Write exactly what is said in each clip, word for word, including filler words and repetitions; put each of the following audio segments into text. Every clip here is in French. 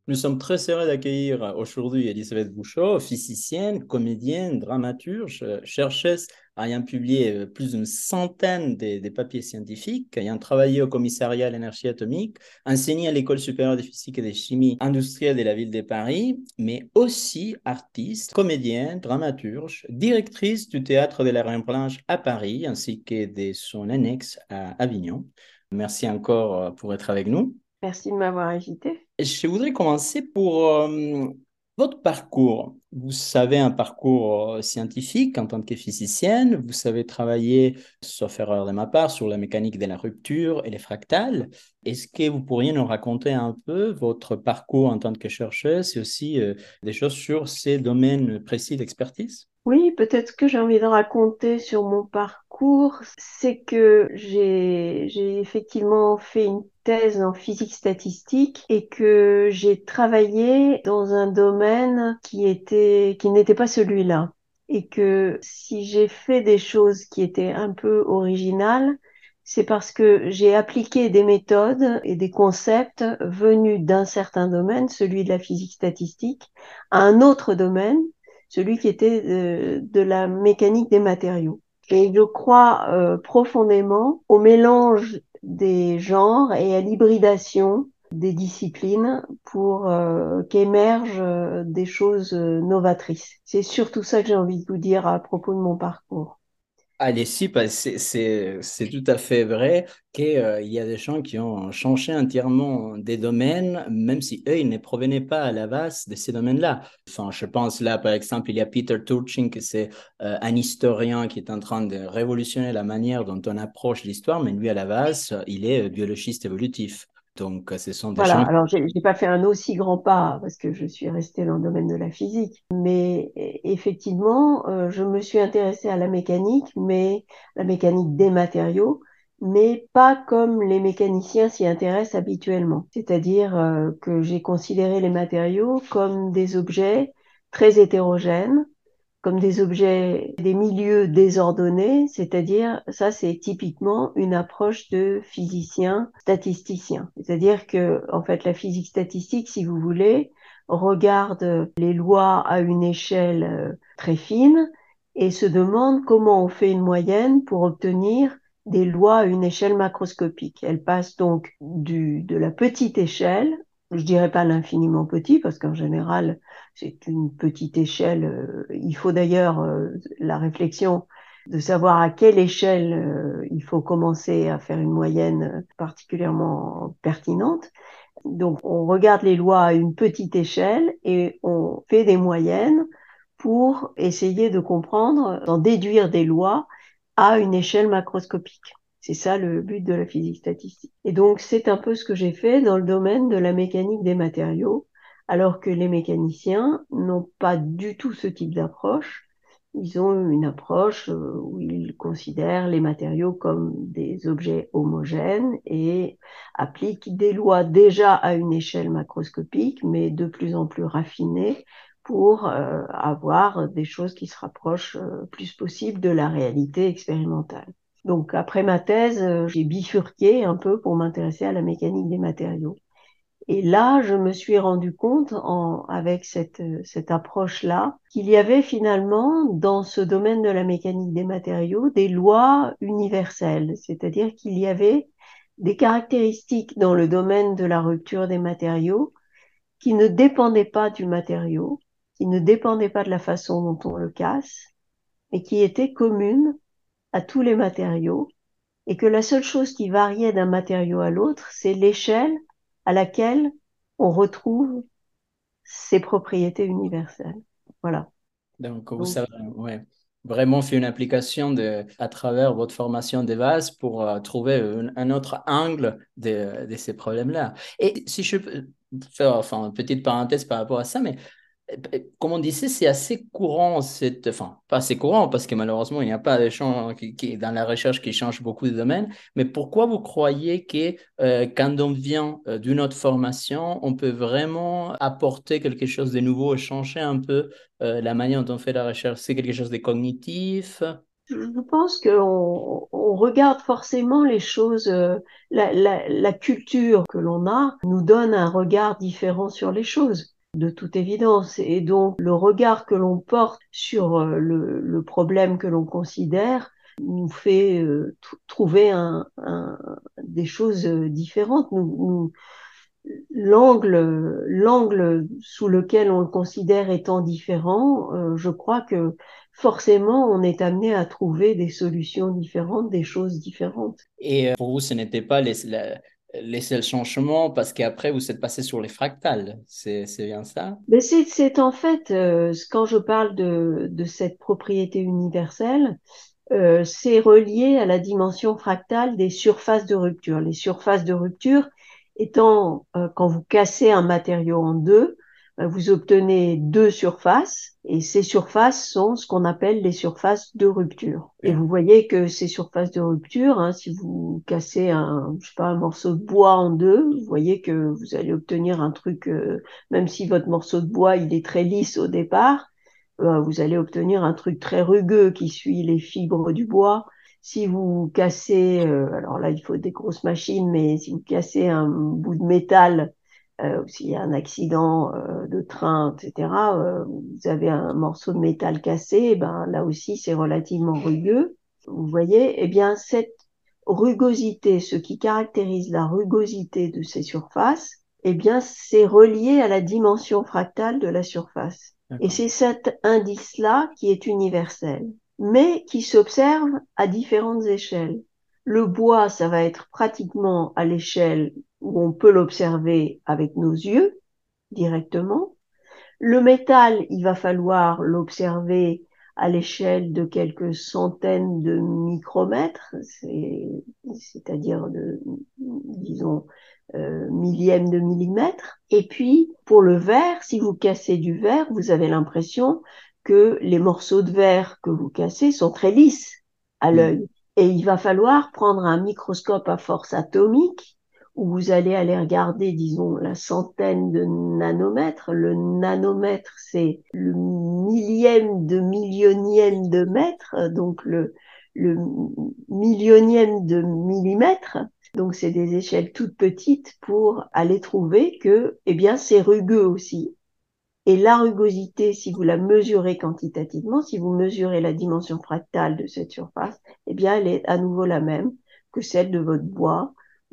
Nous sommes très heureux d'accueillir aujourd'hui Elisabeth Bouchot, physicienne, comédienne, dramaturge, euh, chercheuse, ayant publié euh, plus d'une centaine de, de papiers scientifiques, ayant travaillé au commissariat à l'énergie atomique, enseigné à l'École supérieure de physique et de chimie industrielle de la ville de Paris, mais aussi artiste, comédienne, dramaturge, directrice du théâtre de la Reine-Blanche à Paris, ainsi que de son annexe à Avignon. Merci encore euh, pour être avec nous. Merci de m'avoir invité. Je voudrais commencer pour euh, votre parcours. Vous avez un parcours euh, scientifique en tant que physicienne. Vous savez travailler, sauf erreur de ma part, sur la mécanique de la rupture et les fractales. Est-ce que vous pourriez nous raconter un peu votre parcours en tant que chercheuse et aussi euh, des choses sur ces domaines précis d'expertise? Oui, peut-être ce que j'ai envie de raconter sur mon parcours, c'est que j'ai j'ai effectivement fait une thèse en physique statistique et que j'ai travaillé dans un domaine qui était qui n'était pas celui-là. Et que si j'ai fait des choses qui étaient un peu originales, c'est parce que j'ai appliqué des méthodes et des concepts venus d'un certain domaine, celui de la physique statistique, à un autre domaine, celui qui était de, de la mécanique des matériaux. Et je crois euh, profondément au mélange des genres et à l'hybridation des disciplines pour euh, qu'émergent euh, des choses euh, novatrices. C'est surtout ça que j'ai envie de vous dire à propos de mon parcours. Allez, si, parce que c'est c'est- c'est tout à fait vrai qu'il y a des gens qui ont changé entièrement des domaines, même si eux, ils ne provenaient pas à la base de ces domaines-là. Enfin, je pense là, par exemple, il y a Peter Turchin, qui c'est euh, un historien qui est en train de révolutionner la manière dont on approche l'histoire, mais lui, à la base, il est euh, biologiste évolutif. Donc, euh, ce sont des Voilà, gens. alors j'ai j'ai pas fait un aussi grand pas parce que je suis restée dans le domaine de la physique, mais e- effectivement, euh, je me suis intéressée à la mécanique, mais la mécanique des matériaux, mais pas comme les mécaniciens s'y intéressent habituellement. C'est-à-dire euh, que j'ai considéré les matériaux comme des objets très hétérogènes, comme des objets, des milieux désordonnés, c'est-à-dire, ça c'est typiquement une approche de physicien statisticien. C'est-à-dire que, en fait, la physique statistique, si vous voulez, regarde les lois à une échelle euh, très fine et se demande comment on fait une moyenne pour obtenir des lois à une échelle macroscopique. Elle passe donc du, de la petite échelle, je dirais pas l'infiniment petit, parce qu'en général, c'est une petite échelle. euh, Il faut d'ailleurs euh, la réflexion de savoir à quelle échelle euh, il faut commencer à faire une moyenne euh, particulièrement pertinente. Donc, on regarde les lois à une petite échelle et on fait des moyennes pour essayer de comprendre, d'en déduire des lois à une échelle macroscopique. C'est ça le but de la physique statistique. Et donc, c'est un peu ce que j'ai fait dans le domaine de la mécanique des matériaux, alors que les mécaniciens n'ont pas du tout ce type d'approche. Ils ont une approche euh, où ils considèrent les matériaux comme des objets homogènes et appliquent des lois déjà à une échelle macroscopique, mais de plus en plus raffinées pour euh, avoir des choses qui se rapprochent euh, plus possible de la réalité expérimentale. Donc après ma thèse, euh, j'ai bifurqué un peu pour m'intéresser à la mécanique des matériaux. Et là, je me suis rendu compte, en, avec cette, cette approche-là, qu'il y avait finalement, dans ce domaine de la mécanique des matériaux, des lois universelles, c'est-à-dire qu'il y avait des caractéristiques dans le domaine de la rupture des matériaux qui ne dépendaient pas du matériau, qui ne dépendaient pas de la façon dont on le casse, mais qui étaient communes à tous les matériaux, et que la seule chose qui variait d'un matériau à l'autre, c'est l'échelle à laquelle on retrouve ses propriétés universelles. Voilà. Donc, vous Donc, savez, ouais, vraiment fait une application de, à travers votre formation de base pour euh, trouver un, un autre angle de, de ces problèmes-là. Et si je peux faire enfin, une petite parenthèse par rapport à ça, mais euh, comme on disait, c'est assez courant, cette, enfin, pas assez courant parce que malheureusement, il n'y a pas de gens qui, qui, dans la recherche qui changent beaucoup de domaines, mais pourquoi vous croyez que euh, quand on vient euh, d'une autre formation, on peut vraiment apporter quelque chose de nouveau et changer un peu euh, la manière dont on fait la recherche? C'est quelque chose de cognitif? Je pense qu'on on regarde forcément les choses, euh, la, la, la culture que l'on a nous donne un regard différent sur les choses, de toute évidence. Et donc, le regard que l'on porte sur euh, le, le problème que l'on considère nous fait euh, trouver un, un, des choses euh, différentes. Nous, nous, l'angle, l'angle sous lequel on le considère étant différent, euh, je crois que forcément on est amené à trouver des solutions différentes, des choses différentes. Et euh, pour vous, ce n'était pas les, la- les seuls changements parce qu'après, vous êtes passé sur les fractales. C'est, c'est bien ça? Mais c'est, c'est en fait, euh, quand je parle de, de cette propriété universelle, euh, c'est relié à la dimension fractale des surfaces de rupture. Les surfaces de rupture étant, euh, quand vous cassez un matériau en deux, euh, vous obtenez deux surfaces et ces surfaces sont ce qu'on appelle les surfaces de rupture. Et Ok. vous voyez que ces surfaces de rupture, hein, si vous cassez un, je sais pas, un morceau de bois en deux, vous voyez que vous allez obtenir un truc, euh, même si votre morceau de bois il est très lisse au départ, euh, vous allez obtenir un truc très rugueux qui suit les fibres du bois. Si vous cassez, euh, alors là il faut des grosses machines, mais si vous cassez un bout de métal, euh, s'il y a un accident euh, de train, et cetera, euh, vous avez un morceau de métal cassé, eh ben là aussi c'est relativement rugueux. Vous voyez, eh bien cette rugosité, ce qui caractérise la rugosité de ces surfaces, eh bien c'est relié à la dimension fractale de la surface. Et D'accord. c'est cet indice-là qui est universel, mais qui s'observe à différentes échelles. Le bois, ça va être pratiquement à l'échelle où on peut l'observer avec nos yeux directement. Le métal, il va falloir l'observer à l'échelle de quelques centaines de micromètres, c'est, c'est-à-dire de, disons, euh, millièmes de millimètre. Et puis, pour le verre, si vous cassez du verre, vous avez l'impression que les morceaux de verre que vous cassez sont très lisses à Hmm. l'œil. Et il va falloir prendre un microscope à force atomique où vous allez aller regarder, disons, la centaine de nanomètres. Le nanomètre, c'est le millième de millionième de mètre, donc le, le millionième de millimètre. Donc, c'est des échelles toutes petites pour aller trouver que, eh bien, c'est rugueux aussi. Et la rugosité, si vous la mesurez quantitativement, si vous mesurez la dimension fractale de cette surface, eh bien, elle est à nouveau la même que celle de votre bois,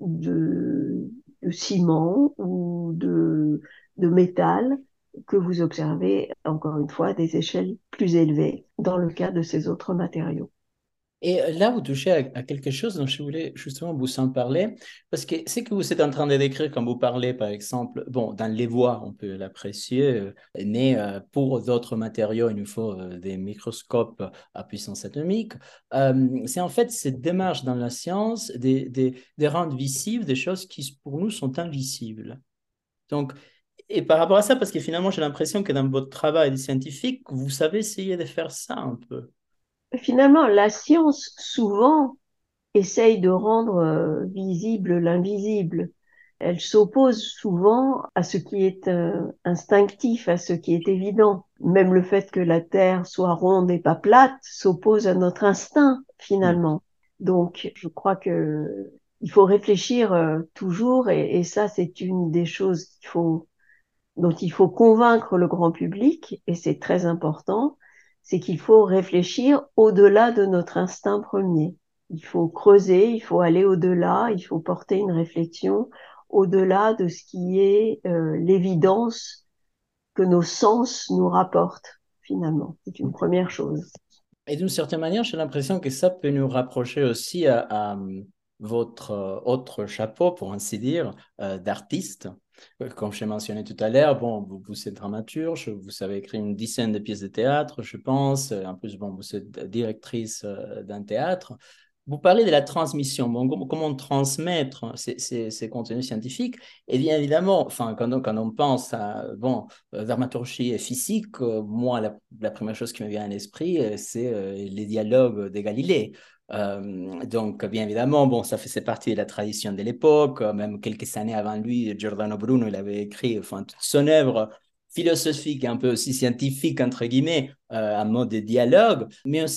de, de ciment ou de, de métal que vous observez, encore une fois, à des échelles plus élevées dans le cas de ces autres matériaux. Et euh, là, vous touchez à, à quelque chose dont je voulais justement vous en parler, parce que c'est que vous êtes en train de décrire quand vous parlez, par exemple, bon, dans les voies, on peut l'apprécier, euh, mais euh, pour d'autres matériaux, il nous faut euh, des microscopes à puissance atomique. Euh, c'est en fait cette démarche dans la science de, de, de rendre visibles des choses qui, pour nous, sont invisibles. Donc, et par rapport à ça, parce que finalement, j'ai l'impression que dans votre travail de scientifique, vous savez essayer de faire ça un peu. Finalement, la science, souvent, essaye de rendre euh, visible l'invisible. Elle s'oppose souvent à ce qui est euh, instinctif, à ce qui est évident. Même le fait que la Terre soit ronde et pas plate s'oppose à notre instinct, Hmm. finalement. Donc, je crois que il faut réfléchir euh, toujours, et, et ça, c'est une des choses qu'il faut dont il faut convaincre le grand public, et c'est très important, c'est qu'il faut réfléchir au-delà de notre instinct premier. Il faut creuser, il faut aller au-delà, il faut porter une réflexion au-delà de ce qui est euh, l'évidence que nos sens nous rapportent, finalement. C'est une première chose. Et d'une certaine manière, j'ai l'impression que ça peut nous rapprocher aussi à, à, hum, votre euh, autre chapeau, pour ainsi dire, euh, d'artiste. Euh, Comme je l'ai mentionné tout à l'heure, bon, vous, vous êtes dramaturge, vous avez écrit une dizaine de pièces de théâtre, je pense. En plus, bon, vous êtes directrice euh, d'un théâtre. Vous parlez de la transmission, bon, comment, comment transmettre ces, ces, ces contenus scientifiques. Et bien évidemment, enfin, quand on, quand on pense à bon, euh, dramaturgie et physique, euh, moi, la, la première chose qui me vient à l'esprit, euh, c'est euh, les dialogues de Galilée. Euh, donc, bien évidemment, bon, ça faisait partie de la tradition de l'époque. Euh, Même quelques années avant lui, Giordano Bruno, il avait écrit enfin, toute son œuvre philosophique, un peu aussi scientifique, entre guillemets, euh, en mode de dialogue, mais aussi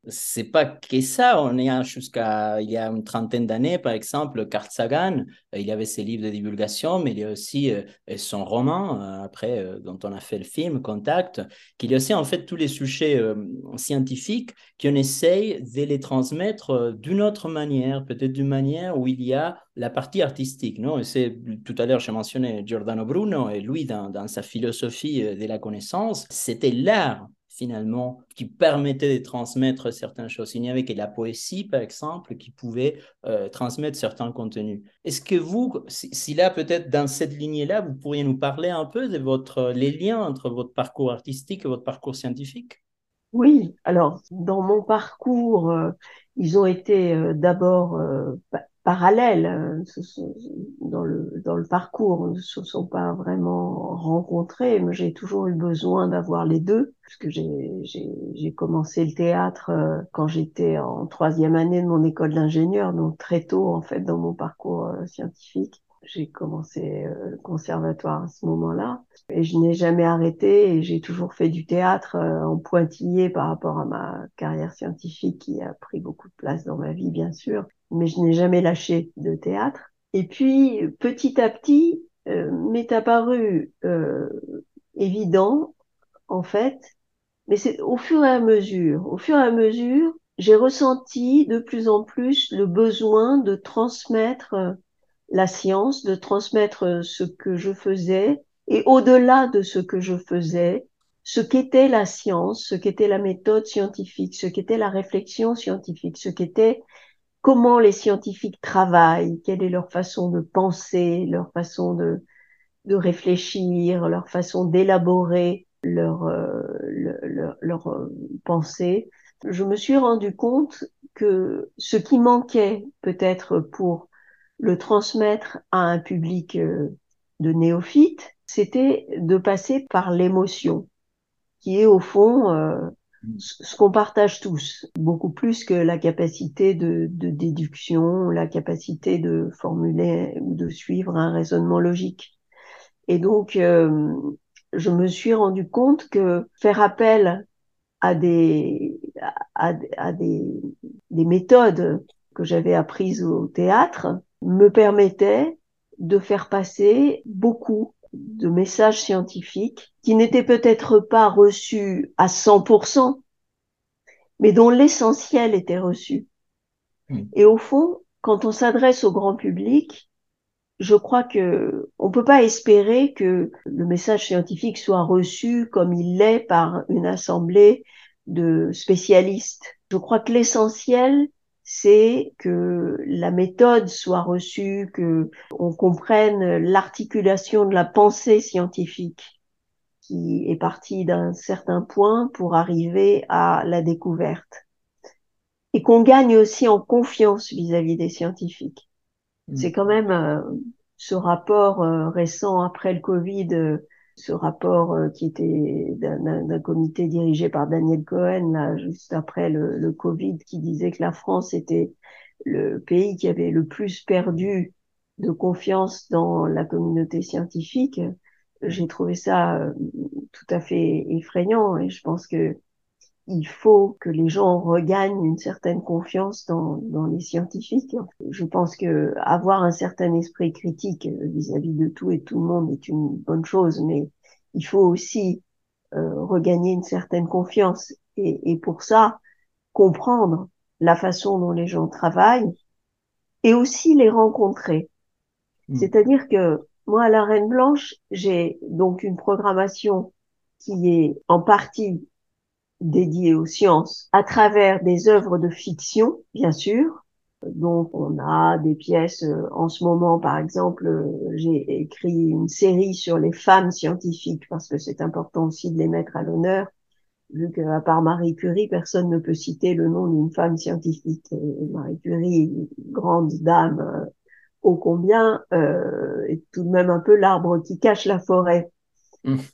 c'est pas que ça. On est à- jusqu'à il y a une trentaine d'années, par exemple, Carl Sagan, euh, il y avait ses livres de divulgation, mais il y a aussi euh, son roman, euh, après, euh, dont on a fait le film, Contact, qu'il y a aussi en fait tous les sujets euh, scientifiques qu'on essaye de les transmettre euh, d'une autre manière, peut-être d'une manière où il y a la partie artistique. Non? Et c'est, tout à l'heure, j'ai mentionné Giordano Bruno, et lui, dans, dans sa philosophie euh, de la connaissance, c'était l'art finalement, qui permettait de transmettre certaines choses. Il n'y avait que la poésie, par exemple, qui pouvait euh, transmettre certains contenus. Est-ce que vous, si, si là, peut-être dans cette lignée-là, vous pourriez nous parler un peu de votre, les liens entre votre parcours artistique et votre parcours scientifique? Oui, alors dans mon parcours, euh, ils ont été euh, d'abord euh, pa- parallèles. euh, ce sont- dans le dans le parcours, ils ne se sont pas vraiment rencontrés, mais j'ai toujours eu besoin d'avoir les deux, puisque j'ai j'ai j'ai commencé le théâtre euh, quand j'étais en troisième année de mon école d'ingénieur, donc très tôt en fait dans mon parcours euh, scientifique. J'ai commencé euh, le conservatoire à ce moment-là. Et je n'ai jamais arrêté et j'ai toujours fait du théâtre euh, en pointillé par rapport à ma carrière scientifique qui a pris beaucoup de place dans ma vie, bien sûr. Mais je n'ai jamais lâché de théâtre. Et puis, petit à petit, euh, m'est apparu euh, évident, en fait, mais c'est au fur et à mesure, au fur et à mesure, j'ai ressenti de plus en plus le besoin de transmettre euh, la science, de transmettre euh, ce que je faisais et au-delà de ce que je faisais, ce qu'était la science, ce qu'était la méthode scientifique, ce qu'était la réflexion scientifique, ce qu'était comment les scientifiques travaillent, quelle est leur façon de penser, leur façon de, de réfléchir, leur façon d'élaborer leur, euh, le- leur, leur euh, pensée. Je me suis rendu compte que ce qui manquait peut-être pour le transmettre à un public euh, de néophytes, c'était de passer par l'émotion, qui est au fond euh, ce qu'on partage tous, beaucoup plus que la capacité de, de déduction, la capacité de formuler ou de suivre un raisonnement logique. Et donc, euh, je me suis rendu compte que faire appel à des, à, à des, des méthodes que j'avais apprises au théâtre me permettait de faire passer beaucoup de messages scientifiques qui n'étaient peut-être pas reçus à cent pour cent, mais dont l'essentiel était reçu. Mm. Et au fond, quand on s'adresse au grand public, je crois que on peut pas espérer que le message scientifique soit reçu comme il l'est par une assemblée de spécialistes. Je crois que l'essentiel, c'est que la méthode soit reçue, que on comprenne l'articulation de la pensée scientifique qui est partie d'un certain point pour arriver à la découverte. Et qu'on gagne aussi en confiance vis-à-vis des scientifiques. C'est Mm. quand même euh, ce rapport euh, récent après le Covid, euh, ce rapport euh, qui était d'un d'un comité dirigé par Daniel Cohen, là, juste après le, le Covid, qui disait que la France était le pays qui avait le plus perdu de confiance dans la communauté scientifique. J'ai trouvé ça euh, tout à fait effrayant et je pense que il faut que les gens regagnent une certaine confiance dans, dans les scientifiques. Je pense que avoir un certain esprit critique vis-à-vis de tout et tout le monde est une bonne chose, mais il faut aussi euh, regagner une certaine confiance et, et pour ça comprendre la façon dont les gens travaillent et aussi les rencontrer. Mm. C'est-à-dire que moi, à la Reine Blanche, j'ai donc une programmation qui est en partie dédié aux sciences à travers des œuvres de fiction, bien sûr. Donc, on a des pièces, euh, en ce moment, par exemple, euh, j'ai écrit une série sur les femmes scientifiques parce que c'est important aussi de les mettre à l'honneur, vu qu'à part Marie Curie, personne ne peut citer le nom d'une femme scientifique. Et Marie Curie, grande dame, euh, ô combien, euh, est tout de même un peu l'arbre qui cache la forêt. Mm.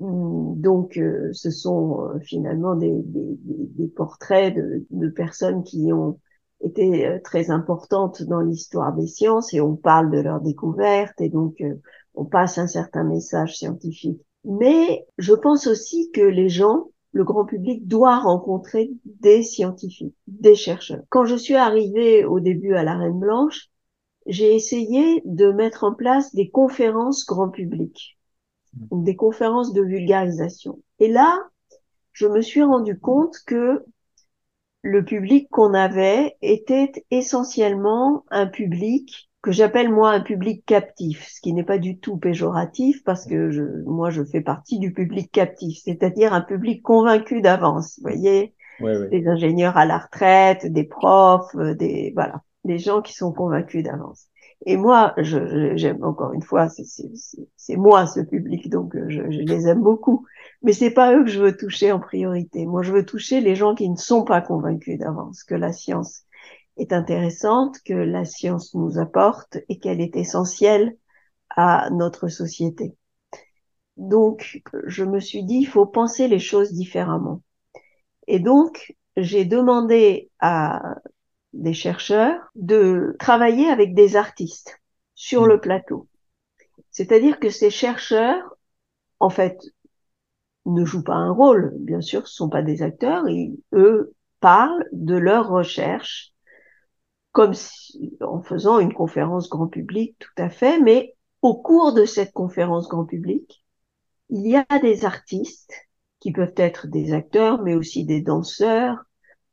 Donc, euh, ce sont euh, finalement des, des, des portraits de, de personnes qui ont été euh, très importantes dans l'histoire des sciences et on parle de leurs découvertes et donc euh, on passe un certain message scientifique. Mais je pense aussi que les gens le grand public doit rencontrer des scientifiques, des chercheurs. Quand je suis arrivée au début à la Reine Blanche, j'ai essayé de mettre en place des conférences grand public, des conférences de vulgarisation. Et là, je me suis rendu compte que le public qu'on avait était essentiellement un public que j'appelle moi un public captif, ce qui n'est pas du tout péjoratif parce que je, moi je fais partie du public captif, c'est-à-dire un public convaincu d'avance. Vous voyez, Oui, oui. des ingénieurs à la retraite, des profs, des voilà, des gens qui sont convaincus d'avance. Et moi, je, j'aime encore une fois, c'est, c'est, c'est moi ce public, donc je, je les aime beaucoup. Mais c'est pas eux que je veux toucher en priorité. Moi, je veux toucher les gens qui ne sont pas convaincus d'avance que la science est intéressante, que la science nous apporte et qu'elle est essentielle à notre société. Donc, je me suis dit, il faut penser les choses différemment. Et donc, j'ai demandé à des chercheurs de travailler avec des artistes sur Mm. le plateau. C'est-à-dire que ces chercheurs, en fait, ne jouent pas un rôle. Bien sûr, ce ne sont pas des acteurs. Ils, eux parlent de leurs recherches comme si, en faisant une conférence grand public, tout à fait. Mais au cours de cette conférence grand public, il y a des artistes qui peuvent être des acteurs, mais aussi des danseurs,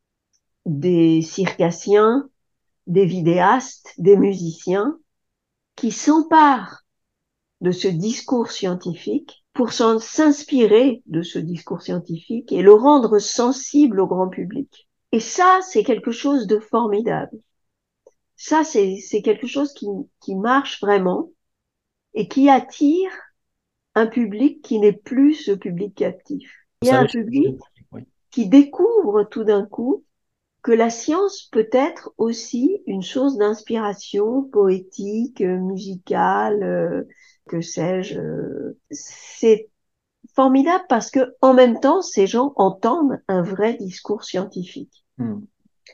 des circassiens, des vidéastes, des musiciens, qui s'emparent de ce discours scientifique pour s'inspirer de ce discours scientifique et le rendre sensible au grand public. Et ça, c'est quelque chose de formidable. Ça, c'est, c'est quelque chose qui, qui marche vraiment et qui attire un public qui n'est plus ce public captif. Vous Il y a savez, un je- public oui. qui découvre tout d'un coup que la science peut être aussi une source d'inspiration poétique, euh, musicale, euh, que sais-je. euh. C'est formidable parce que en même temps, ces gens entendent un vrai discours scientifique. Mm.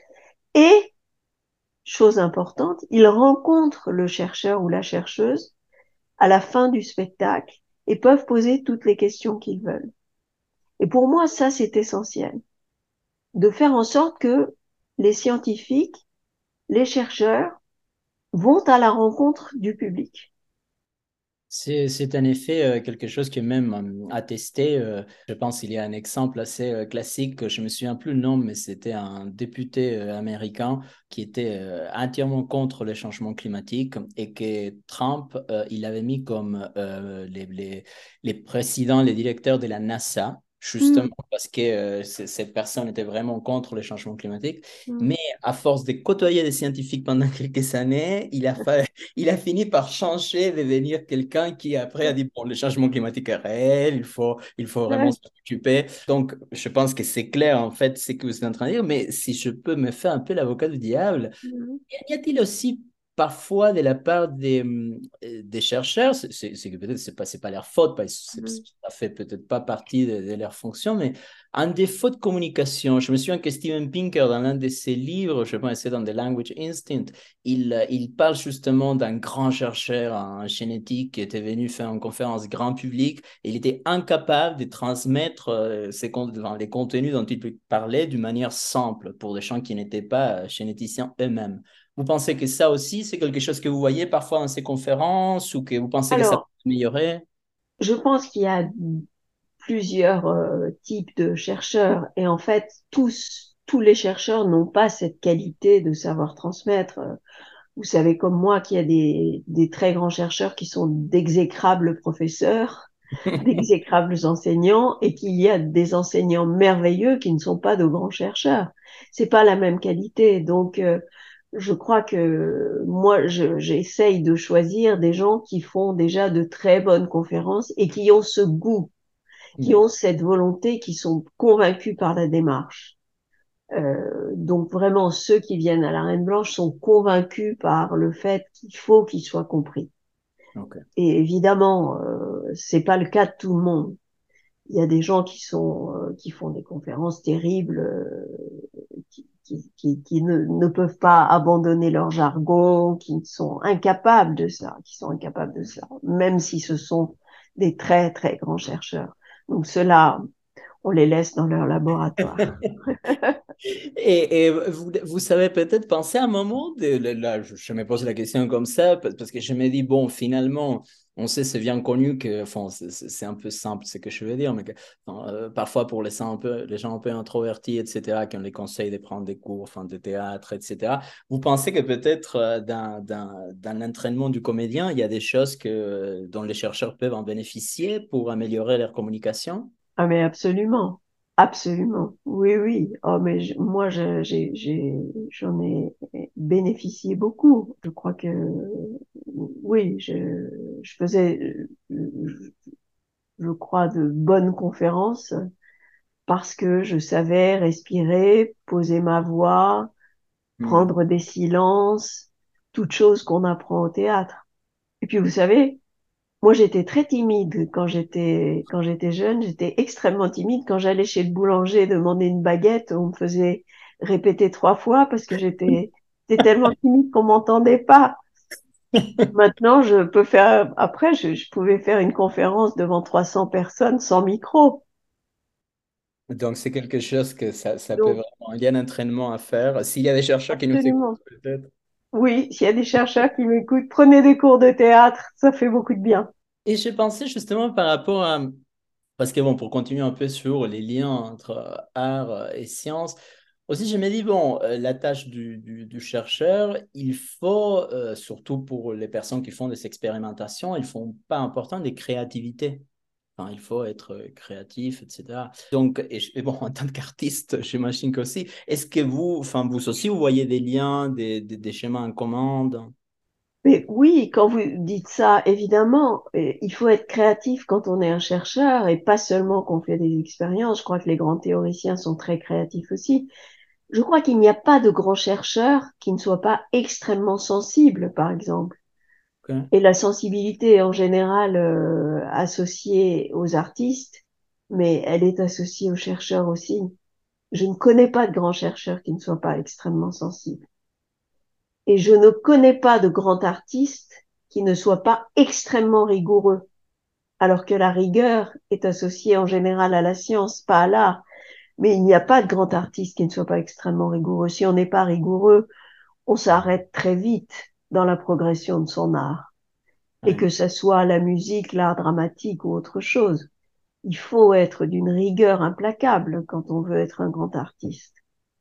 Et, chose importante, ils rencontrent le chercheur ou la chercheuse à la fin du spectacle et peuvent poser toutes les questions qu'ils veulent. Et pour moi, ça, c'est essentiel, de faire en sorte que les scientifiques, les chercheurs, vont à la rencontre du public. C'est, c'est en effet euh, quelque chose qui est même euh, attesté. Euh, je pense qu'il y a un exemple assez euh, classique. Je me souviens plus le nom, mais c'était un député euh, américain qui était euh, entièrement contre le changement climatique et que Trump, euh, il avait mis comme euh, les, les, les présidents, les directeurs de la NASA, justement Mmh, parce que euh, c- cette personne était vraiment contre le changement climatique. mmh. Mais à force de côtoyer des scientifiques pendant quelques années, il a fallu il a fini par changer, devenir quelqu'un qui après a dit, bon, le changement climatique est réel, il faut, il faut vraiment Ouais. se préoccuper. Donc, je pense que c'est clair, en fait, ce que vous êtes en train de dire, mais si je peux me faire un peu l'avocat du diable, Mmh, y a-t-il aussi parfois de la part des, hum, euh, des chercheurs, c'est c'est- c'est que peut-être c'est pas, c'est pas leur faute, parce que mmh. c'est- ça fait peut-être pas partie de, de leur fonction, mais un défaut de communication. Je me souviens que Steven Pinker, dans l'un de ses livres, je pense que c'est dans The Language Instinct, il, euh, il parle justement d'un grand chercheur en génétique qui était venu faire une conférence grand public et il était incapable de transmettre euh, ses, con- enfin, les contenus dont il parlait d'une manière simple pour des gens qui n'étaient pas euh, généticiens eux-mêmes. Vous pensez que ça aussi, c'est quelque chose que vous voyez parfois dans ces conférences ou que vous pensez que ça peut Alors, s'améliorer? je pense qu'il y a plusieurs euh, types de chercheurs et en fait, tous, tous les chercheurs n'ont pas cette qualité de savoir transmettre. Vous savez comme moi qu'il y a des, des très grands chercheurs qui sont d'exécrables professeurs, d'exécrables enseignants, et qu'il y a des enseignants merveilleux qui ne sont pas de grands chercheurs. C'est pas la même qualité. Donc, euh, je crois que moi, je, j'essaye de choisir des gens qui font déjà de très bonnes conférences et qui ont ce goût, qui Oui, ont cette volonté, qui sont convaincus par la démarche. Euh, donc vraiment, ceux qui viennent à la Reine Blanche sont convaincus par le fait qu'il faut qu'ils soient compris. ok. Et évidemment, euh, c'est pas le cas de tout le monde. Il y a des gens qui sont euh, qui font des conférences terribles, euh, qui, qui, qui, qui ne, ne peuvent pas abandonner leur jargon, qui sont incapables de ça, qui sont incapables de ça, même si ce sont des très très grands chercheurs. Donc cela, on les laisse dans leur laboratoire. Et, et vous, vous savez peut-être penser à un moment, de, là, je, je me pose la question comme ça, parce parce que je me dis, bon, finalement, on sait, c'est bien connu que, enfin, c'est c'est- c'est un peu simple ce que je veux dire, mais que, enfin, euh, parfois pour les gens, un peu, les gens un peu introvertis, et cetera, qui ont les conseils de prendre des cours, enfin, de théâtre, et cetera, vous pensez que peut-être euh, dans, dans, dans l'entraînement du comédien, il y a des choses que, dont les chercheurs peuvent en bénéficier pour améliorer leur communication? Ah mais absolument, absolument. Oui, oui. Oh mais je- moi je- j'ai, j'ai, j'en ai bénéficié beaucoup. Je crois que oui, je, je faisais, je, je crois, de bonnes conférences parce que je savais respirer, poser ma voix, Hmm. prendre des silences, toutes choses qu'on apprend au théâtre. Et puis vous savez, moi, j'étais très timide quand j'étais quand j'étais jeune. J'étais extrêmement timide. Quand j'allais chez le boulanger demander une baguette, on me faisait répéter trois fois parce que j'étais j'étais tellement timide qu'on m'entendait pas. Maintenant, je peux faire. Après, je, je pouvais faire une conférence devant trois cents personnes sans micro. Donc, c'est quelque chose que ça, ça peut Donc, vraiment. Il y a un entraînement à faire. S'il y a des chercheurs qui nous écoutent, absolument. peut-être. Oui, s'il y a des chercheurs qui m'écoutent, prenez des cours de théâtre. Ça fait beaucoup de bien. Et j'ai pensé justement par rapport à. Parce que, bon, pour continuer un peu sur les liens entre euh, art euh, et science, aussi, je me dis, bon, euh, la tâche du, du, du chercheur, il faut, euh, surtout pour les personnes qui font des expérimentations, ils font pas important des créativités. Enfin, il faut être euh, créatif, et cetera. Donc, et, je- et bon, en tant qu'artiste, j'imagine qu'aussi, est-ce que vous, enfin, vous aussi, vous voyez des liens, des, des, des schémas en commande? Mais oui, quand vous dites ça, évidemment, euh, il faut être créatif quand on est un chercheur et pas seulement qu'on fait des expériences. Je crois que les grands théoriciens sont très créatifs aussi. Je crois qu'il n'y a pas de grands chercheurs qui ne soient pas extrêmement sensibles, par exemple. Ok. Et la sensibilité est en général euh, associée aux artistes, mais elle est associée aux chercheurs aussi. Je ne connais pas de grands chercheurs qui ne soient pas extrêmement sensibles. Et je ne connais pas de grand artiste qui ne soit pas extrêmement rigoureux, alors que la rigueur est associée en général à la science, pas à l'art. Mais il n'y a pas de grand artiste qui ne soit pas extrêmement rigoureux. Si on n'est pas rigoureux, on s'arrête très vite dans la progression de son art. Et Ouais. que ce soit la musique, l'art dramatique ou autre chose. Il faut être d'une rigueur implacable quand on veut être un grand artiste.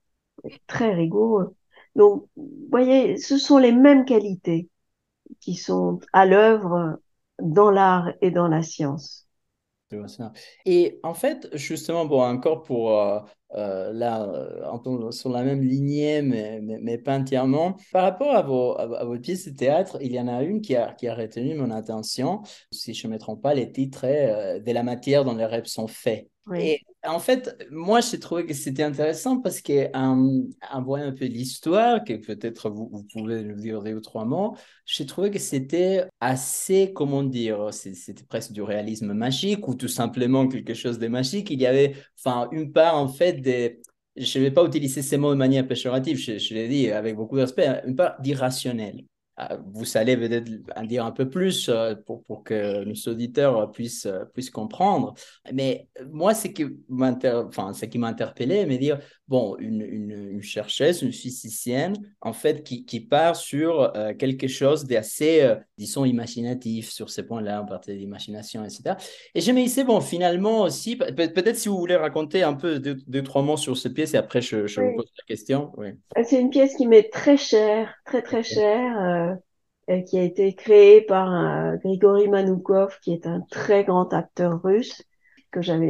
Très rigoureux. Donc, vous voyez, ce sont les mêmes qualités qui sont à l'œuvre dans l'art et dans la science. Je vois ça. Et en fait, justement, bon, encore pour euh, euh, là, euh, en ton- sur la même lignée, mais, mais, mais pas entièrement, par rapport à vos, à, à vos pièces de théâtre, il y en a une qui a, qui a retenu mon attention. Si je ne me trompe pas, les titres est euh, De la matière dont les rêves sont faits. Oui, Et en fait, moi, j'ai trouvé que c'était intéressant parce que, euh, en voyant un peu l'histoire, que peut-être vous, vous pouvez nous dire deux ou trois mots, j'ai trouvé que c'était assez, comment dire, c'est- c'était presque du réalisme magique ou tout simplement quelque chose de magique. Il y avait, enfin, une part en fait des, je ne vais pas utiliser ces mots de manière péjorative, je, je l'ai dit avec beaucoup de respect, hein, une part d'irrationnel. Ah, vous allez peut-être en dire un peu plus euh, pour, pour que nos auditeurs puissent, euh, puissent comprendre. Mais moi, ce qui m'inter... enfin, ce qui m'a interpellé, mais dire, bon, une, une, une chercheuse, une physicienne, en fait, qui, qui part sur euh, quelque chose d'assez, euh, disons, imaginatif sur ces points-là, on partait d'imagination, et cetera. Et je me disais, bon, finalement aussi, peut- peut-être si vous voulez raconter un peu deux, deux trois mots sur cette pièce, et après, je, je vous oui. pose la question. Oui. C'est une pièce qui m'est très chère, très très Ok. chère, euh, et qui a été créée par euh, Grigory Manoukov, qui est un très grand acteur russe que j'avais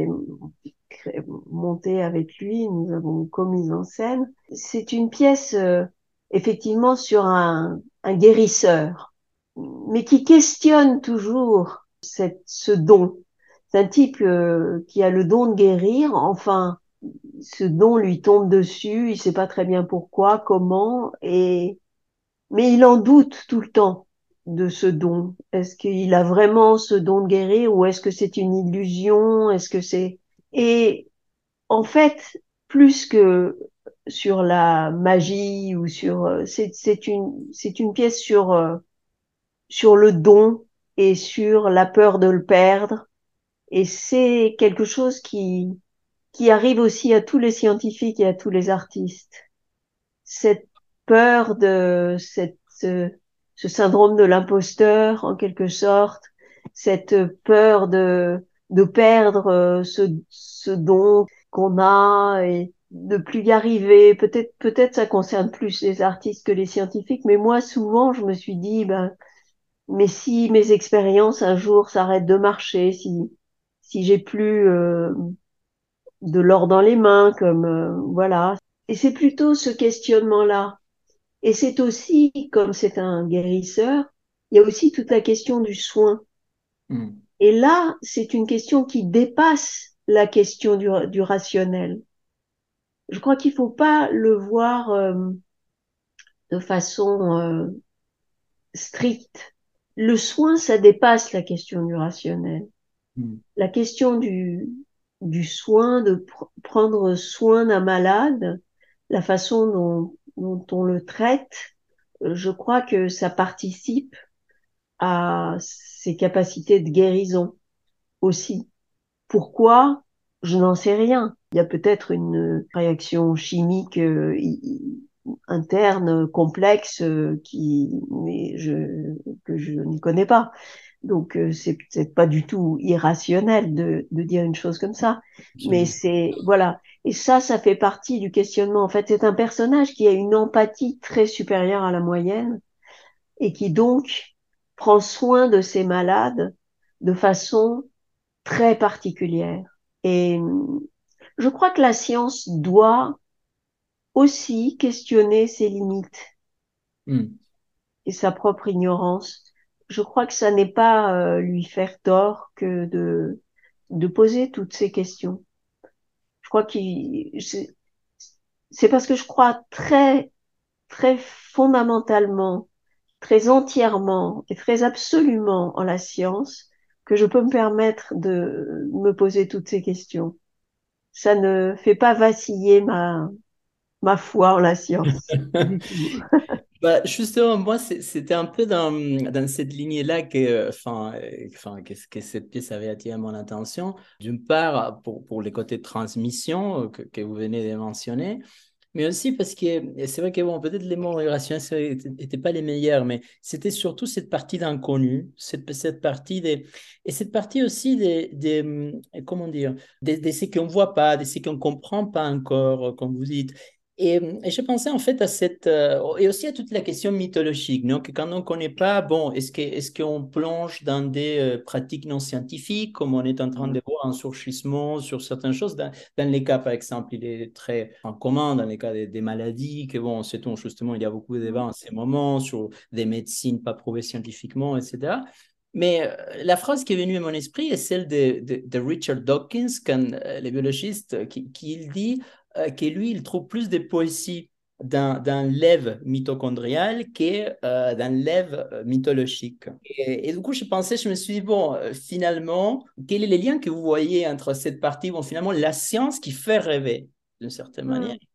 cré- monté avec lui. Nous avons commis en scène. C'est une pièce euh, effectivement sur un, un guérisseur, mais qui questionne toujours cette, ce don. C'est un type euh, qui a le don de guérir. Enfin, ce don lui tombe dessus, il sait pas très bien pourquoi, comment, et mais il en doute tout le temps de ce don. Est-ce qu'il a vraiment ce don de guérir ou est-ce que c'est une illusion? Est-ce que c'est et en fait, plus que sur la magie ou sur euh, c'est c'est une c'est une pièce sur euh, sur le don et sur la peur de le perdre et c'est quelque chose qui qui arrive aussi à tous les scientifiques et à tous les artistes. Cette peur de cette, ce, ce syndrome de l'imposteur, en quelque sorte, cette peur de, de perdre euh, ce, ce don qu'on a et de plus y arriver. Peut-être, peut-être ça concerne plus les artistes que les scientifiques, mais moi, souvent, je me suis dit, ben, mais si mes expériences un jour s'arrêtent de marcher, si, si j'ai plus euh, de l'or dans les mains, comme euh, voilà. Et c'est plutôt ce questionnement-là. Et c'est aussi, comme c'est un guérisseur, il y a aussi toute la question du soin. Mm. Et là, c'est une question qui dépasse la question du, du rationnel. Je crois qu'il faut pas le voir euh, de façon euh, stricte. Le soin, ça dépasse la question du rationnel. Mm. La question du, du soin, de pr prendre soin d'un malade, la façon dont, dont on le traite, euh, je crois que ça participe à ses capacités de guérison aussi. Pourquoi? Je n'en sais rien. Il y a peut-être une réaction chimique euh, interne complexe euh, qui, mais je, que je ne connais pas. Donc euh, c'est peut-être pas du tout irrationnel de, de dire une chose comme ça, mais Absolument. c'est voilà. Et ça, ça fait partie du questionnement. En fait, c'est un personnage qui a une empathie très supérieure à la moyenne et qui donc prend soin de ses malades de façon très particulière. Et je crois que la science doit aussi questionner ses limites Mm. et sa propre ignorance. Je crois que ça n'est pas euh, lui faire tort que de, de poser toutes ces questions. Je crois qu'il, c'est c'est parce que je crois très, très fondamentalement, très entièrement et très absolument en la science que je peux me permettre de me poser toutes ces questions. Ça ne fait pas vaciller ma, ma foi en la science du tout. Bah, justement, moi, c'est- c'était un peu dans, dans cette lignée-là que, euh, enfin, euh, enfin, que, que cette pièce avait attiré mon attention. D'une part, pour, pour les côtés de transmission euh, que, que vous venez de mentionner, mais aussi parce que et c'est vrai que, bon, peut-être les mots irrationnels n'étaient pas les meilleurs, mais c'était surtout cette partie d'inconnu, cette, cette partie des, et cette partie aussi des, des hum, comment dire, des, des ce qu'on ne voit pas, de ce qu'on ne comprend pas encore, comme vous dites. Et, et je pensais en fait à cette, euh, et aussi à toute la question mythologique, non? Que quand on ne connaît pas, bon, est-ce que, est-ce qu'on plonge dans des euh, pratiques non scientifiques, comme on est en train de voir un surgissement sur certaines choses, dans, dans les cas, par exemple, il est très en commun, dans les cas des, des maladies, que bon, sait-on justement, il y a beaucoup de débats en ces moments sur des médecines pas prouvées scientifiquement, et cetera. Mais euh, la phrase qui est venue à mon esprit est celle de, de, de Richard Dawkins, quand, euh, le biologiste, qui, qui il dit euh, que lui, il trouve plus de poésie dans, dans l'Ève mitochondrial que euh, dans l'Ève euh, mythologique. Et, et, du coup, je pensais, je me suis dit, bon, euh, finalement, quel est le lien que vous voyez entre cette partie, bon, finalement, la science qui fait rêver, d'une certaine manière? Mm.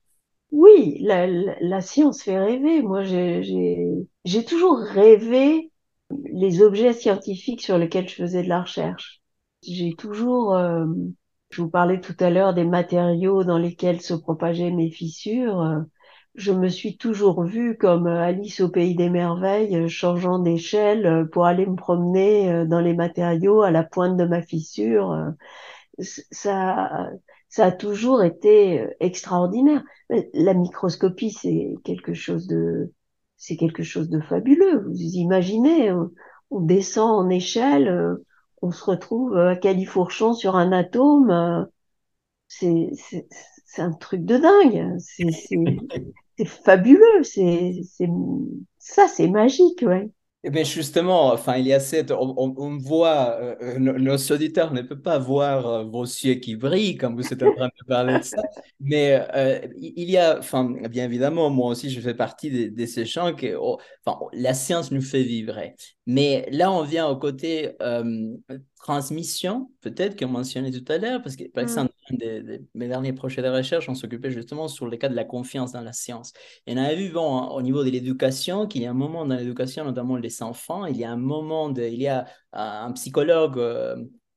Oui, la, la, la science fait rêver. Moi, j'ai, j'ai, j'ai toujours rêvé les objets scientifiques sur lesquels je faisais de la recherche. J'ai toujours, euh, je vous parlais tout à l'heure des matériaux dans lesquels se propageaient mes fissures. euh, Je me suis toujours vue comme Alice au pays des merveilles, euh, changeant d'échelle euh, pour aller me promener euh, dans les matériaux à la pointe de ma fissure. euh, ça, ça a toujours été euh, extraordinaire. La microscopie, c'est quelque chose de, c'est quelque chose de fabuleux. Vous imaginez, on, on descend en échelle, euh, on se retrouve à califourchon sur un atome. euh, C'est, c'est, c'est un truc de dingue. C'est, c'est, c'est fabuleux. C'est, c'est, ça, c'est magique, ouais. Eh bien, justement, enfin, il y a cette, on, on- on voit, euh, euh, nos, nos auditeurs ne peuvent pas voir euh, vos yeux qui brillent quand vous êtes en train de parler de ça, mais euh, il il y a, enfin, bien évidemment, moi aussi, je fais partie de, de ces gens que, oh, enfin, la science nous fait vibrer. Mais là, on vient au côté euh, transmission, peut-être qu'on mentionnait tout à l'heure, parce que, par Mm, exemple, un de, de mes derniers projets de recherche, on s'occupait justement sur le cas de la confiance dans la science. Et on avait vu, bon, au niveau de l'éducation, qu'il y a un moment dans l'éducation, notamment les enfants, il y a un moment, de, il y a un psychologue euh,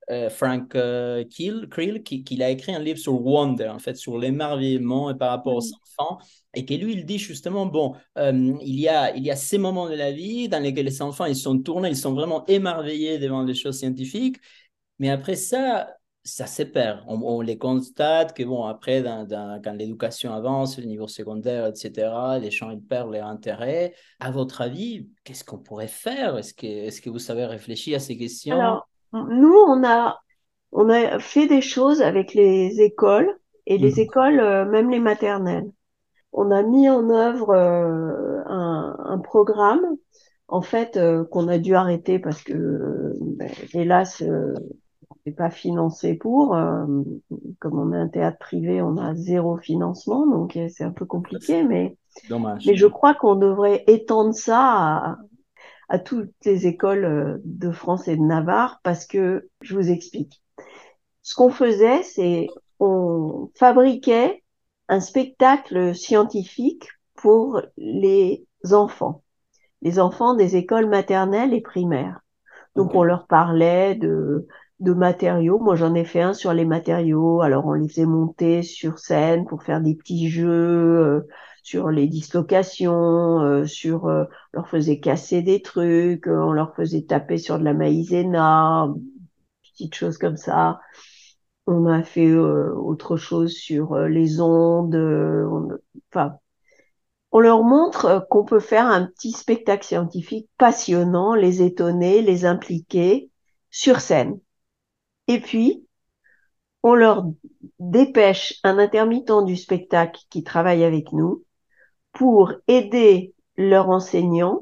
euh, Frank euh, Keel, Creel, qui, qui a écrit un livre sur Wonder, en fait, sur l'émerveillement et par rapport aux Mm. enfants, et que lui, il dit justement, bon, euh, il y a, il y a ces moments de la vie dans lesquels les enfants, ils sont tournés, ils sont vraiment émerveillés devant les choses scientifiques, mais après ça, ça se perd. On, on les constate que, bon, après, dans, dans- quand l'éducation avance, le niveau secondaire, et cetera, les gens, ils perdent leur intérêt. À votre avis, qu'est-ce qu'on pourrait faire? Est-ce que, est-ce que vous avez réfléchi à ces questions? Alors, nous, on a, on a fait des choses avec les écoles et les Mhm. écoles, euh, même les maternelles. On a mis en œuvre euh, un, un programme, en fait, euh, qu'on a dû arrêter parce que, euh, ben, hélas, euh, on n'est pas financé pour. Euh, comme on est un théâtre privé, on a zéro financement, donc euh, c'est un peu compliqué, mais, Dommage, mais je ouais. crois qu'on devrait étendre ça à, à toutes les écoles euh, de France et de Navarre parce que, je vous explique. Ce qu'on faisait, c'est on fabriquait un spectacle scientifique pour les enfants, les enfants des écoles maternelles et primaires. Donc Ok. on leur parlait de, de matériaux. Moi j'en ai fait un sur les matériaux. Alors on les faisait monter sur scène pour faire des petits jeux euh, sur les dislocations, euh, sur euh, on leur faisait casser des trucs, euh, on leur faisait taper sur de la maïzena, petites choses comme ça. On a fait euh, autre chose sur euh, les ondes. euh, on, enfin, on leur montre euh, qu'on peut faire un petit spectacle scientifique passionnant, les étonner, les impliquer sur scène. Et puis, on leur dépêche un intermittent du spectacle qui travaille avec nous pour aider leur enseignant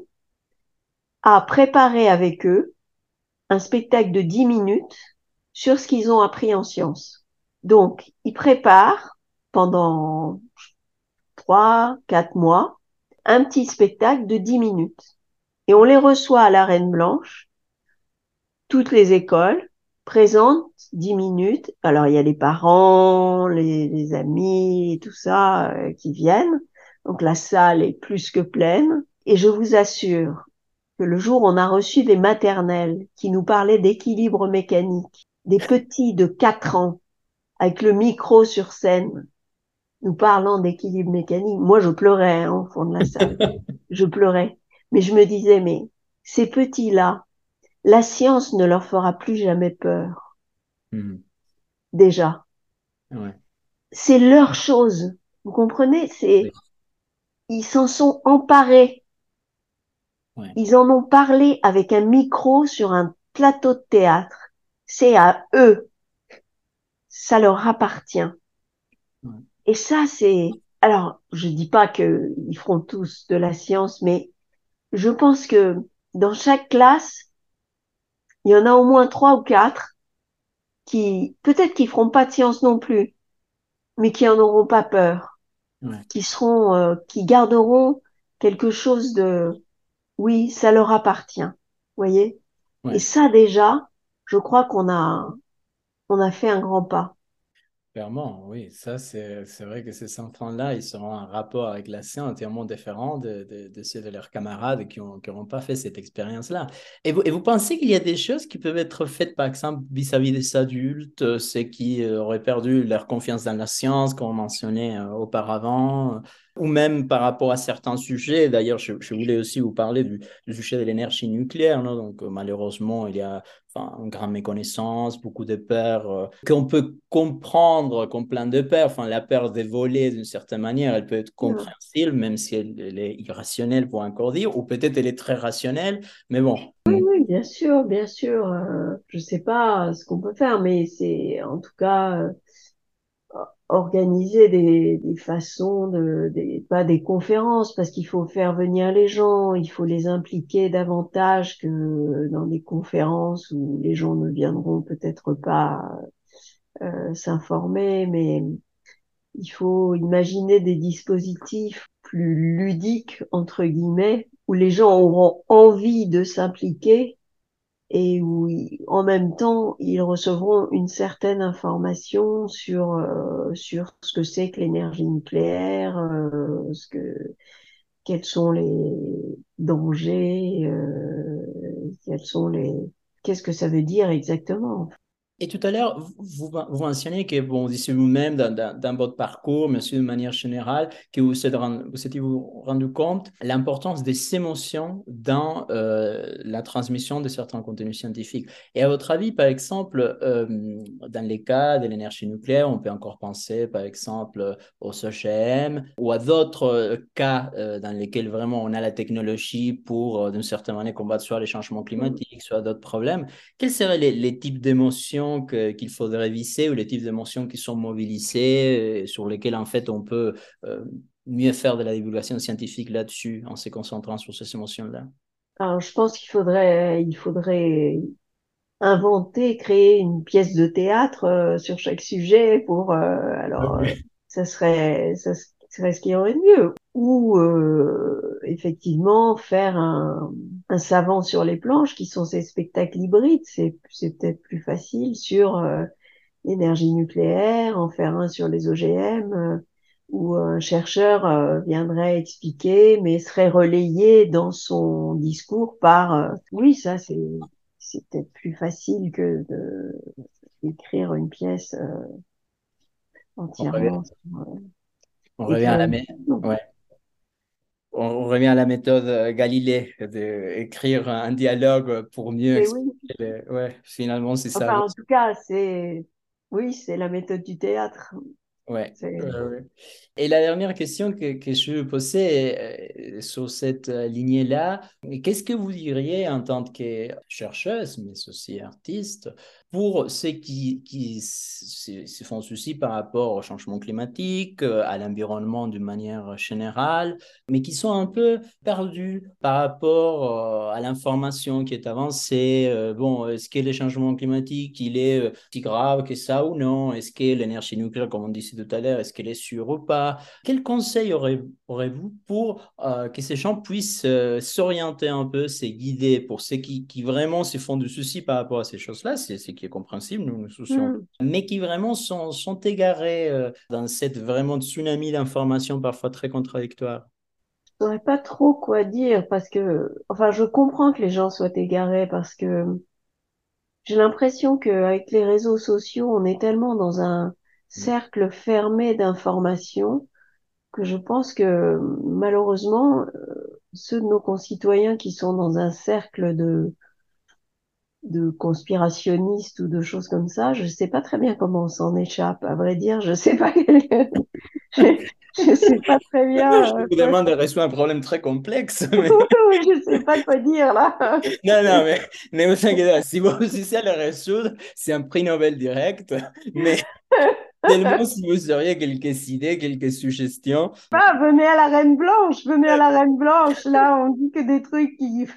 à préparer avec eux un spectacle de dix minutes sur ce qu'ils ont appris en sciences. Donc, ils préparent pendant trois, quatre mois un petit spectacle de dix minutes. Et on les reçoit à la Reine Blanche, toutes les écoles présentent dix minutes. Alors, il y a les parents, les, les amis, tout ça euh, qui viennent. Donc, la salle est plus que pleine. Et je vous assure que le jour où on a reçu des maternelles qui nous parlaient d'équilibre mécanique, des petits de quatre ans avec le micro sur scène, nous parlant d'équilibre mécanique, moi je pleurais hein, au fond de la salle. Je pleurais. Mais je me disais, mais ces petits-là, la science ne leur fera plus jamais peur, Mhm. déjà. Ouais. C'est leur chose. Vous comprenez? Oui. C'est, ils s'en sont emparés. Ouais. Ils en ont parlé avec un micro sur un plateau de théâtre. C'est à eux. Ça leur appartient. Ouais. Et ça, c'est, alors, je dis pas qu'ils feront tous de la science, mais je pense que dans chaque classe, il y en a au moins trois ou quatre qui, peut-être qu'ils feront pas de science non plus, mais qui en auront pas peur, Ouais. qui seront, euh, qui garderont quelque chose de, oui, ça leur appartient. Vous voyez? Et Ouais. ça, déjà, je crois qu'on a, on a fait un grand pas. Clairement, oui, ça c'est c'est vrai que ces enfants-là, ils seront en rapport avec la science entièrement différent de, de, de ceux de leurs camarades qui ont, qui n'auront pas fait cette expérience-là. Et vous, et vous pensez qu'il y a des choses qui peuvent être faites, par exemple, vis-à-vis des adultes, euh, ceux qui euh, auraient perdu leur confiance dans la science, comme on mentionnait euh, auparavant, euh, ou même par rapport à certains sujets. D'ailleurs, je, je voulais aussi vous parler du, du sujet de l'énergie nucléaire, non? Donc, euh, malheureusement, il y a enfin, une grande méconnaissance, beaucoup de peurs euh, qu'on peut comprendre comme plein de peurs. Enfin, la peur de voler, d'une certaine manière, elle peut être compréhensible, même si elle, elle est irrationnelle pour encore dire, ou peut-être elle est très rationnelle, mais bon. Oui, oui, bien sûr, bien sûr. Euh, je sais pas ce qu'on peut faire, mais c'est en tout cas euh, organiser des, des façons de, des, pas des conférences, parce qu'il faut faire venir les gens, il faut les impliquer davantage que dans des conférences où les gens ne viendront peut-être pas euh, s'informer, mais il faut imaginer des dispositifs plus ludiques, entre guillemets, où les gens auront envie de s'impliquer et où ils- en même temps ils recevront une certaine information sur euh, sur ce que c'est que l'énergie nucléaire, euh, ce que quels sont les dangers, euh, quels sont les qu'est-ce que ça veut dire exactement. Et tout à l'heure, vous, vous mentionnez que, bon, d'ici vous-même, dans, dans, dans votre parcours, mais aussi de manière générale, que vous vous êtes rendu, vous êtes vous rendu compte l'importance des émotions dans euh, la transmission de certains contenus scientifiques. Et à votre avis, par exemple, euh, dans les cas de l'énergie nucléaire, on peut encore penser, par exemple, au C H M ou à d'autres euh, cas euh, dans lesquels vraiment on a la technologie pour, euh, d'une certaine manière, combattre soit les changements climatiques, soit d'autres problèmes. Quels seraient les, les types d'émotions que, qu'il faudrait visser ou les types d'émotions qui sont mobilisées, euh, sur lesquelles en fait on peut euh, mieux faire de la divulgation scientifique là-dessus en se concentrant sur ces émotions-là? Alors, je pense qu'il faudrait, il faudrait inventer, créer une pièce de théâtre euh, sur chaque sujet pour, euh, alors, euh, Ok. ça serait, ça serait ce qui y aurait de mieux. Ou euh, effectivement faire un, un savant sur les planches, qui sont ces spectacles hybrides. C'est, c'est peut-être plus facile sur euh, l'énergie nucléaire, en faire un sur les O G M, euh, où un chercheur euh, viendrait expliquer, mais serait relayé dans son discours par... euh, oui, ça, c'est, c'est peut-être plus facile que de, d'écrire une pièce euh, On revient, entièrement sur, euh, on revient à écrire la, une mé- fiction. ouais. On on revient à la méthode euh, Galilée d'écrire un dialogue pour mieux Mais expliquer. oui, le- Ouais, finalement, c'est ça. enfin, en tout cas, c'est... Oui, c'est la méthode du théâtre. Ouais. C'est... Ouais, ouais. Et la dernière question que, que je veux poser euh, sur cette euh, lignée-là, qu'est-ce que vous diriez en tant que chercheuse, mais aussi artiste, pour ceux qui, qui se, se font souci par rapport au changement climatique, euh, à l'environnement d'une manière générale, mais qui sont un peu perdus par rapport euh, à l'information qui est avancée. Euh, bon, est-ce que le changement climatique, il est euh, si grave que ça ou non? Est-ce que l'énergie nucléaire, comme on disait tout à l'heure, est-ce qu'elle est sûre ou pas? Quel conseil aurez- aurez-vous pour euh, que ces gens puissent euh, s'orienter un peu, se guider pour ceux qui, qui vraiment se font du souci par rapport à ces choses-là, c'est ce qui est compréhensible, nous nous soucions, Hmm. mais qui vraiment sont, sont égarés euh, dans cette vraiment tsunami d'informations parfois très contradictoires. Je saurais pas trop quoi dire parce que, enfin, je comprends que les gens soient égarés parce que j'ai l'impression qu'avec les réseaux sociaux, on est tellement dans un cercle fermé d'informations que je pense que malheureusement, euh, ceux de nos concitoyens qui sont dans un cercle de, de conspirationnistes ou de choses comme ça, je sais pas très bien comment on s'en échappe. À vrai dire, je sais pas, je, je sais pas très bien. Je euh, vous quoi. demande de résoudre un problème très complexe, mais Je sais pas quoi dire là. non, non, mais ne vous inquiétez pas, si vous réussissez à le résoudre, c'est un prix Nobel direct, mais seulement si vous auriez quelques idées, quelques suggestions. Ah, venez à la Reine Blanche, venez à la Reine Blanche. Là, on dit que des trucs qui.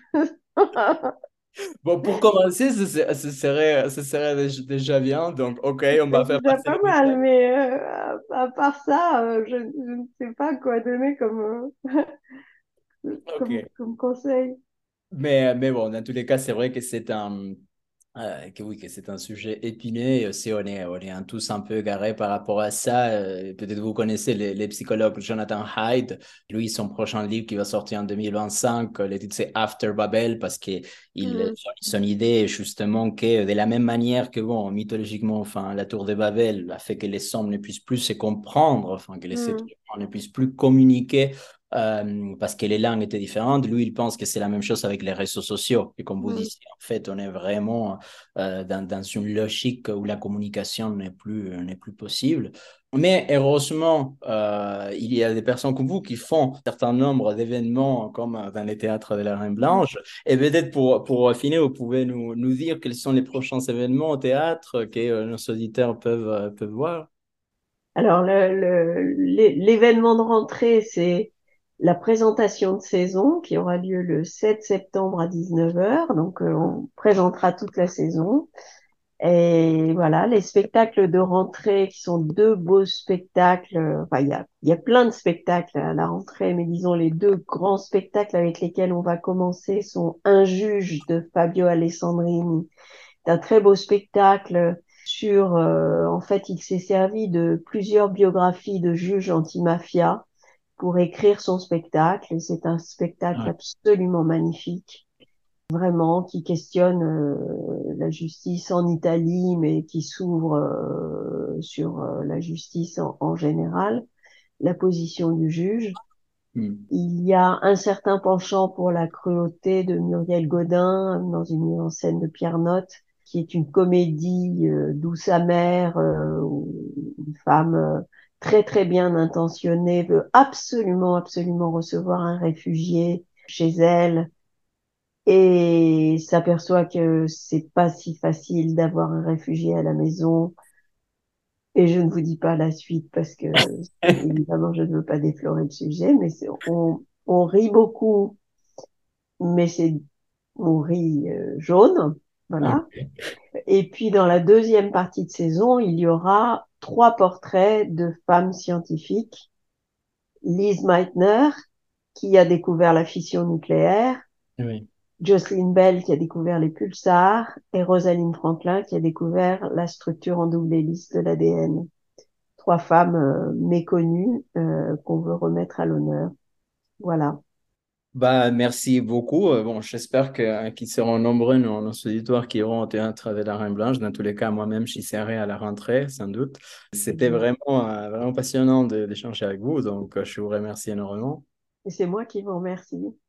Bon, pour commencer, ce serait, ce serait, ce serait déjà déjà bien, donc ok, on va C'est faire déjà passer pas le mal, message. mais euh, à, à part ça, euh, je, je ne sais pas quoi donner comme, euh, comme, Ok. comme conseil. Mais, mais bon, dans tous les cas, c'est vrai que c'est un, Euh, que oui, que c'est un sujet épineux et aussi on est, on est un- tous un peu égarés par rapport à ça. Euh, peut-être vous connaissez les, les psychologues Jonathan Haidt. Lui, son prochain livre qui va sortir en deux mille vingt-cinq, euh, le titre c'est After Babel parce que il, Hmm, son, son idée est justement que de la même manière que bon, mythologiquement, enfin, la tour de Babel a fait que les hommes ne puissent plus se comprendre, enfin, que les êtres hmm, humains ne puissent plus communiquer euh, parce que les langues étaient différentes. Lui, il pense que c'est la même chose avec les réseaux sociaux. Et comme vous hmm. disiez, en fait, on est vraiment euh, dans, dans une logique où la communication n'est plus, n'est plus possible. Mais heureusement, euh, il y a des personnes comme vous qui font un certain nombre d'événements comme dans les théâtres de la Reine Blanche. Et peut-être pour, pour finir, vous pouvez nous, nous dire quels sont les prochains événements au théâtre que euh, nos auditeurs peuvent, euh, peuvent voir. Alors, le, le, l'é- l'événement de rentrée, c'est la présentation de saison qui aura lieu le sept septembre à dix-neuf heures. Donc, euh, on présentera toute la saison. Et voilà, les spectacles de rentrée qui sont deux beaux spectacles. euh, Enfin, il y a, il y a plein de spectacles à la rentrée, mais disons les deux grands spectacles avec lesquels on va commencer sont Un juge de Fabio Alessandrini. C'est un très beau spectacle sur, euh, en fait, il s'est servi de plusieurs biographies de juges anti-mafia pour écrire son spectacle. Et c'est un spectacle Ouais. absolument magnifique, vraiment, qui questionne euh, la la justice en Italie, mais qui s'ouvre euh, sur euh, la justice en, en général, la position du juge. Mm. Il y a un certain penchant pour la cruauté de Muriel Godin dans une mise en scène de Pierre Notte, qui est une comédie euh, douce amère euh, où une femme euh, très très bien intentionnée veut absolument absolument recevoir un réfugié chez elle et s'aperçoit que c'est pas si facile d'avoir un réfugié à la maison. Et je ne vous dis pas la suite parce que évidemment je ne veux pas déflorer le sujet, mais c'est- on, on rit beaucoup, mais c'est on rit euh, jaune, voilà. Ok. Et puis dans la deuxième partie de saison, il y aura trois portraits de femmes scientifiques. Lise Meitner, qui a découvert la fission nucléaire, Oui. Jocelyn Bell, qui a découvert les pulsars, et Rosalind Franklin, qui a découvert la structure en double hélice de l'A D N. Trois femmes euh, méconnues euh, qu'on veut remettre à l'honneur. Voilà. Bah, merci beaucoup. Euh, Bon, j'espère que, euh, qu'ils seront nombreux, nos, nos auditeurs qui iront au théâtre de la Reine Blanche. Dans tous les cas, moi-même, j'y serai à la rentrée, sans doute. C'était Je- vraiment, euh, vraiment passionnant de- d'échanger avec vous, donc euh, je vous remercie énormément. Et c'est moi qui vous remercie.